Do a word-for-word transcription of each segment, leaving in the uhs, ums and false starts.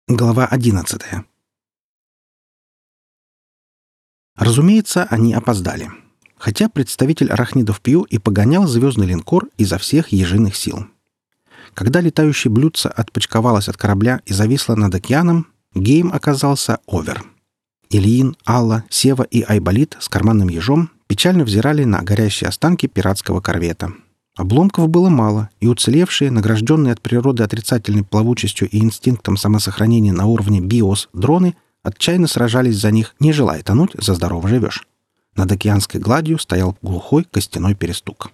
Глава одиннадцатая. Разумеется, они опоздали. Хотя представитель арахнидов Пью и погонял звездный линкор изо всех ежиных сил. Когда летающее блюдце отпочковалось от корабля и зависло над океаном, гейм оказался овер. Ильин, Алла, Сева и Айболит с карманным ежом печально взирали на горящие останки пиратского корвета. Обломков было мало, и уцелевшие, награжденные от природы отрицательной плавучестью и инстинктом самосохранения на уровне биос дроны, отчаянно сражались за них, не желая тонуть, за здорово живешь. Над океанской гладью стоял глухой костяной перестук.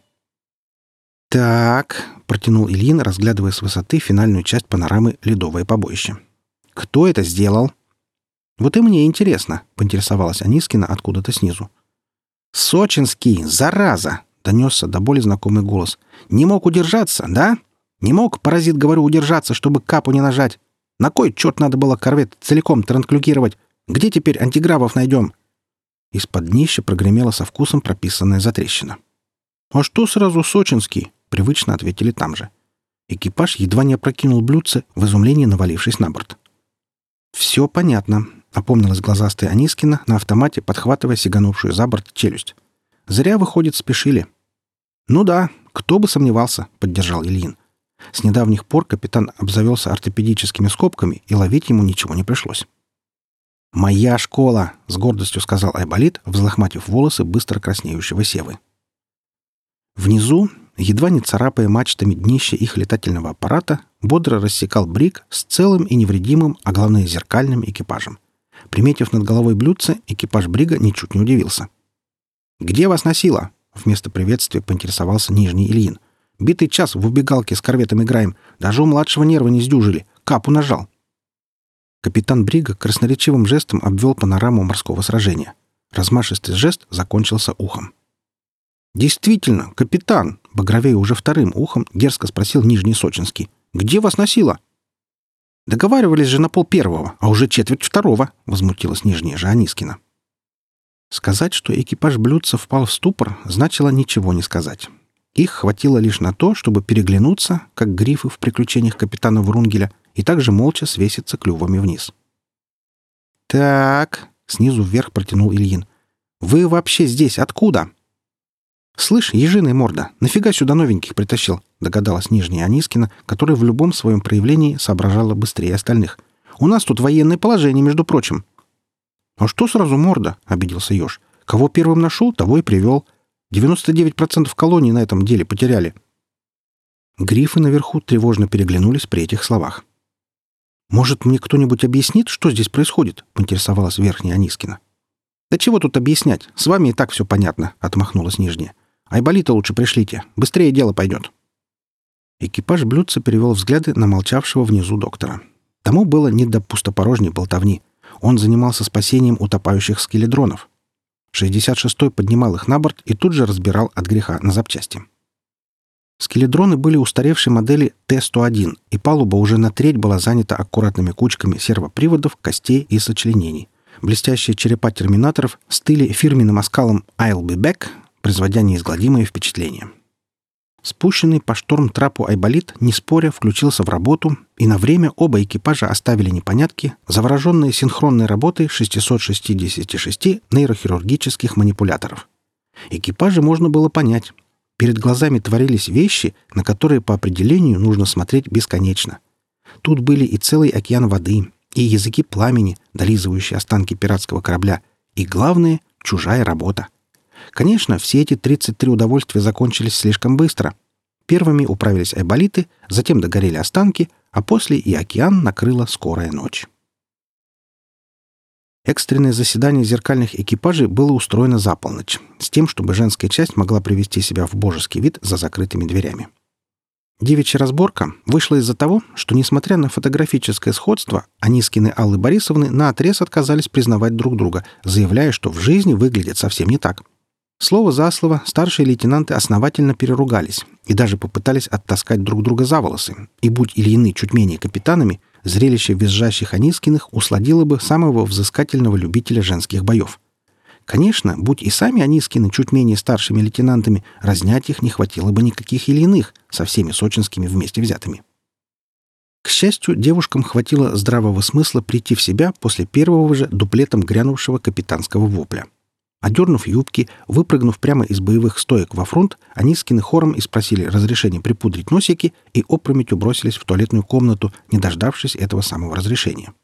«Так», — протянул Ильин, разглядывая с высоты финальную часть панорамы «Ледовое побоище». «Кто это сделал?» «Вот и мне интересно», — поинтересовалась Анискина откуда-то снизу. «Сочинский, зараза!» — донесся до боли знакомый голос. «Не мог удержаться, да? Не мог, паразит, говорю, удержаться, чтобы капу не нажать. На кой черт надо было корвет целиком транклюгировать? Где теперь антигравов найдем?» Из-под днища прогремела со вкусом прописанная затрещина. «А что сразу Сочинский?» — привычно ответили там же. Экипаж едва не опрокинул блюдце, в изумлении навалившись на борт. «Все понятно», — опомнилась глазастая Анискина, на автомате подхватывая сиганувшую за борт челюсть. «Зря, выходит, спешили». «Ну да, кто бы сомневался», — поддержал Ильин. С недавних пор капитан обзавелся ортопедическими скобками, и ловить ему ничего не пришлось. «Моя школа», — с гордостью сказал Айболит, взлохматив волосы быстро краснеющего Севы. Внизу, едва не царапая мачтами днища их летательного аппарата, бодро рассекал бриг с целым и невредимым, а главное зеркальным экипажем. Приметив над головой блюдце, экипаж брига ничуть не удивился. «Где вас носило?» — вместо приветствия поинтересовался Нижний Ильин. «Битый час в убегалке с корветом играем. Даже у младшего нерва не сдюжили. Капу нажал». Капитан брига красноречивым жестом обвел панораму морского сражения. Размашистый жест закончился ухом. «Действительно, капитан!» — багровея уже вторым ухом дерзко спросил Нижний Сочинский. «Где вас носило?» «Договаривались же на пол первого, а уже четверть второго!» — возмутилась Нижняя же Анискина. Сказать, что экипаж блюдца впал в ступор, значило ничего не сказать. Их хватило лишь на то, чтобы переглянуться, как грифы в приключениях капитана Врунгеля, и также молча свеситься клювами вниз. «Так», — снизу вверх протянул Ильин, — «вы вообще здесь откуда?» «Слышь, ежиная морда, нафига сюда новеньких притащил?» — догадалась Нижняя Анискина, которая в любом своем проявлении соображала быстрее остальных. «У нас тут военное положение, между прочим». «А что сразу морда?» — обиделся еж. «Кого первым нашел, того и привел. девяносто девять процентов колоний на этом деле потеряли». Грифы наверху тревожно переглянулись при этих словах. «Может, мне кто-нибудь объяснит, что здесь происходит?» — поинтересовалась Верхняя Анискина. «Да чего тут объяснять? С вами и так все понятно», — отмахнулась Нижняя. «Айболита лучше пришлите. Быстрее дело пойдет». Экипаж блюдца перевел взгляды на молчавшего внизу доктора. Тому было не до пустопорожней болтовни. Он занимался спасением утопающих скеледронов. шестьдесят шестой поднимал их на борт и тут же разбирал от греха на запчасти. Скеледроны были устаревшей модели Т сто один, и палуба уже на треть была занята аккуратными кучками сервоприводов, костей и сочленений. Блестящие черепа терминаторов стыли фирменным оскалом «I'll be back», производя неизгладимое впечатление. Спущенный по шторм-трапу Айболит, не споря, включился в работу, и на время оба экипажа оставили непонятки, завороженные синхронной работой шестисот шестидесяти шести нейрохирургических манипуляторов. Экипажи можно было понять. Перед глазами творились вещи, на которые по определению нужно смотреть бесконечно. Тут были и целый океан воды, и языки пламени, долизывающие останки пиратского корабля, и, главное, чужая работа. Конечно, все эти тридцать три удовольствия закончились слишком быстро. Первыми управились айболиты, затем догорели останки, а после и океан накрыла скорая ночь. Экстренное заседание зеркальных экипажей было устроено за полночь, с тем, чтобы женская часть могла привести себя в божеский вид за закрытыми дверями. Девичья разборка вышла из-за того, что, несмотря на фотографическое сходство, Анискины Аллы Борисовны наотрез отказались признавать друг друга, заявляя, что в жизни выглядят совсем не так. Слово за слово старшие лейтенанты основательно переругались и даже попытались оттаскать друг друга за волосы, и будь Ильины чуть менее капитанами, зрелище визжащих Анискиных усладило бы самого взыскательного любителя женских боев. Конечно, будь и сами Анискины чуть менее старшими лейтенантами, разнять их не хватило бы никаких Ильиных со всеми сочинскими вместе взятыми. К счастью, девушкам хватило здравого смысла прийти в себя после первого же дуплетом грянувшего капитанского вопля. Одернув юбки, выпрыгнув прямо из боевых стоек во фронт, Анискины хором испросили разрешение припудрить носики и опрометью бросились в туалетную комнату, не дождавшись этого самого разрешения.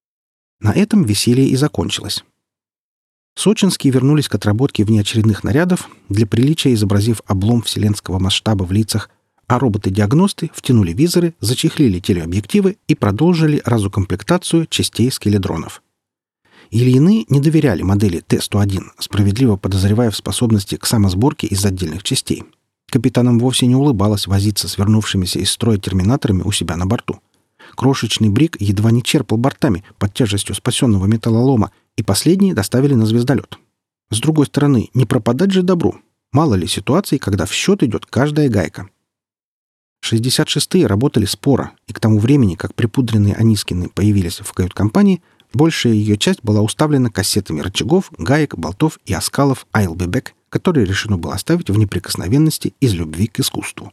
На этом веселье и закончилось. Сочинские вернулись к отработке внеочередных нарядов, для приличия изобразив облом вселенского масштаба в лицах, а роботы-диагносты втянули визоры, зачехлили телеобъективы и продолжили разукомплектацию частей скеледронов. Ильины не доверяли модели Т сто один, справедливо подозревая в способности к самосборке из отдельных частей. Капитанам вовсе не улыбалось возиться с вернувшимися из строя терминаторами у себя на борту. Крошечный брик едва не черпал бортами под тяжестью спасенного металлолома, и последние доставили на звездолет. С другой стороны, не пропадать же добру. Мало ли ситуаций, когда в счет идет каждая гайка. шестьдесят шестые работали споро, и к тому времени, как припудренные Анискины появились в кают-компании, большая ее часть была уставлена кассетами рычагов, гаек, болтов и оскалов «I'll be back», которые решено было оставить в неприкосновенности из любви к искусству.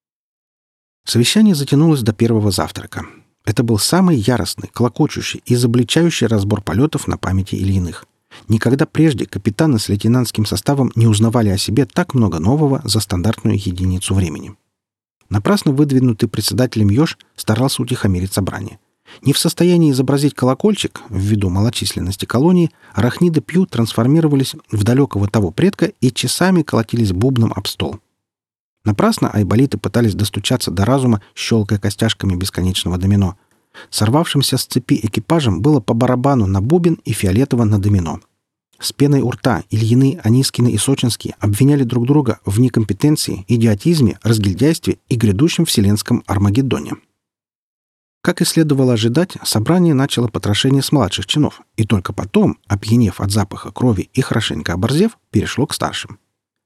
Совещание затянулось до первого завтрака. Это был самый яростный, клокочущий и изобличающий разбор полетов на памяти Ильиных. Никогда прежде капитаны с лейтенантским составом не узнавали о себе так много нового за стандартную единицу времени. Напрасно выдвинутый председателем Ёж старался утихомирить собрание. Не в состоянии изобразить колокольчик, ввиду малочисленности колонии, арахниды Пью трансформировались в далекого того предка и часами колотились бубном об стол. Напрасно айболиты пытались достучаться до разума, щелкая костяшками бесконечного домино. Сорвавшимся с цепи экипажем было по барабану на бубен и фиолетово на домино. С пеной у рта Ильины, Анискины и Сочинские обвиняли друг друга в некомпетенции, идиотизме, разгильдяйстве и грядущем вселенском Армагеддоне. Как и следовало ожидать, собрание начало потрошение с младших чинов, и только потом, опьянев от запаха крови и хорошенько оборзев, перешло к старшим.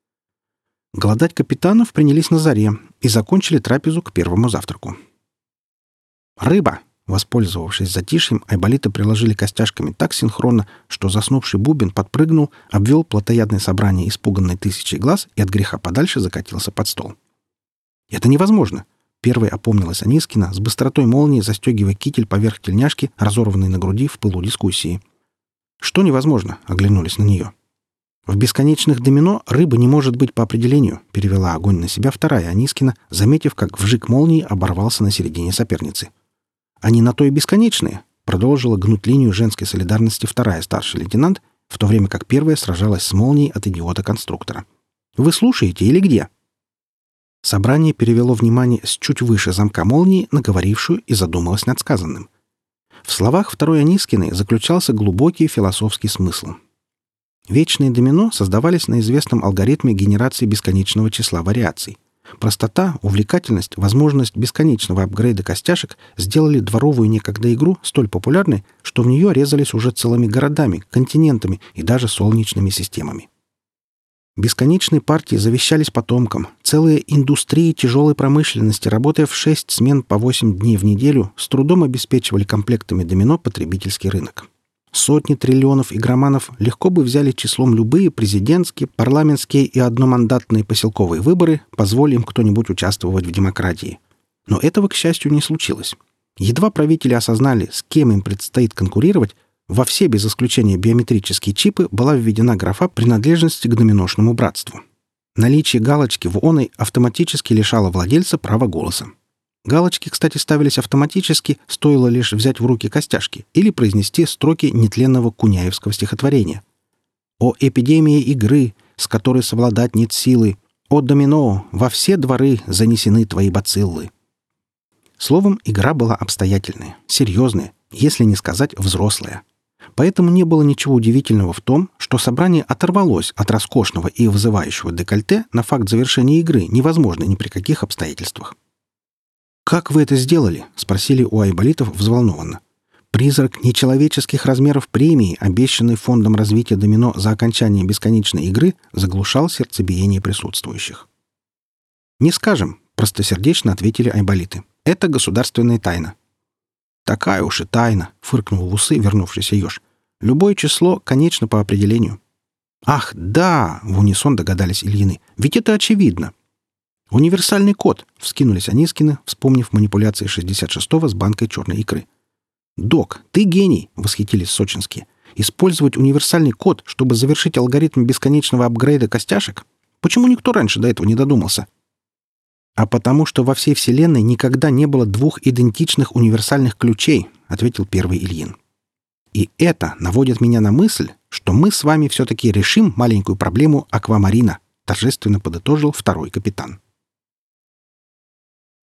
Голодать капитанов принялись на заре и закончили трапезу к первому завтраку. «Рыба!» Воспользовавшись затишьем, айболиты приложили костяшками так синхронно, что заснувший бубен подпрыгнул, обвел плотоядное собрание испуганной тысячей глаз и от греха подальше закатился под стол. «Это невозможно!» Первой опомнилась Анискина, с быстротой молнии застегивая китель поверх тельняшки, разорванной на груди в пылу дискуссии. «Что невозможно?» — оглянулись на нее. «В бесконечных домино рыба не может быть по определению», — перевела огонь на себя вторая Анискина, заметив, как вжиг молнии оборвался на середине соперницы. «Они на то и бесконечные», — продолжила гнуть линию женской солидарности вторая старший лейтенант, в то время как первая сражалась с молнией от идиота-конструктора. «Вы слушаете или где?» Собрание перевело внимание с чуть выше замка молнии на говорившую и задумалось над сказанным. В словах второй Анискиной заключался глубокий философский смысл. Вечные домино создавались на известном алгоритме генерации бесконечного числа вариаций. Простота, увлекательность, возможность бесконечного апгрейда костяшек сделали дворовую некогда игру столь популярной, что в нее резались уже целыми городами, континентами и даже солнечными системами. Бесконечные партии завещались потомкам, целые индустрии тяжелой промышленности, работая в шесть смен по восемь дней в неделю, с трудом обеспечивали комплектами домино потребительский рынок. Сотни триллионов игроманов легко бы взяли числом любые президентские, парламентские и одномандатные поселковые выборы, позволь им кто-нибудь участвовать в демократии. Но этого, к счастью, не случилось. Едва правители осознали, с кем им предстоит конкурировать, во все без исключения биометрические чипы была введена графа принадлежности к доминошному братству. Наличие галочки в оной автоматически лишало владельца права голоса. Галочки, кстати, ставились автоматически, стоило лишь взять в руки костяшки или произнести строки нетленного куняевского стихотворения. «О эпидемии игры, с которой совладать нет силы! О домино, во все дворы занесены твои бациллы!» Словом, игра была обстоятельная, серьезная, если не сказать взрослая. Поэтому не было ничего удивительного в том, что собрание оторвалось от роскошного и вызывающего декольте на факт завершения игры, невозможно ни при каких обстоятельствах. «Как вы это сделали?» — спросили у айболитов взволнованно. Призрак нечеловеческих размеров премии, обещанный Фондом развития домино за окончание бесконечной игры, заглушал сердцебиение присутствующих. «Не скажем», — простосердечно ответили айболиты. «Это государственная тайна». «Такая уж и тайна», — фыркнул в усы вернувшийся еж. «Любое число конечно по определению». «Ах, да!» — в унисон догадались Ильины. «Ведь это очевидно». «Универсальный код!» — вскинулись Анискины, вспомнив манипуляции шестьдесят шестого с банкой черной икры. «Док, ты гений!» — восхитились сочинские. «Использовать универсальный код, чтобы завершить алгоритм бесконечного апгрейда костяшек? Почему никто раньше до этого не додумался?» «А потому что во всей Вселенной никогда не было двух идентичных универсальных ключей», — ответил первый Ильин. «И это наводит меня на мысль, что мы с вами все-таки решим маленькую проблему аквамарина», — торжественно подытожил второй капитан.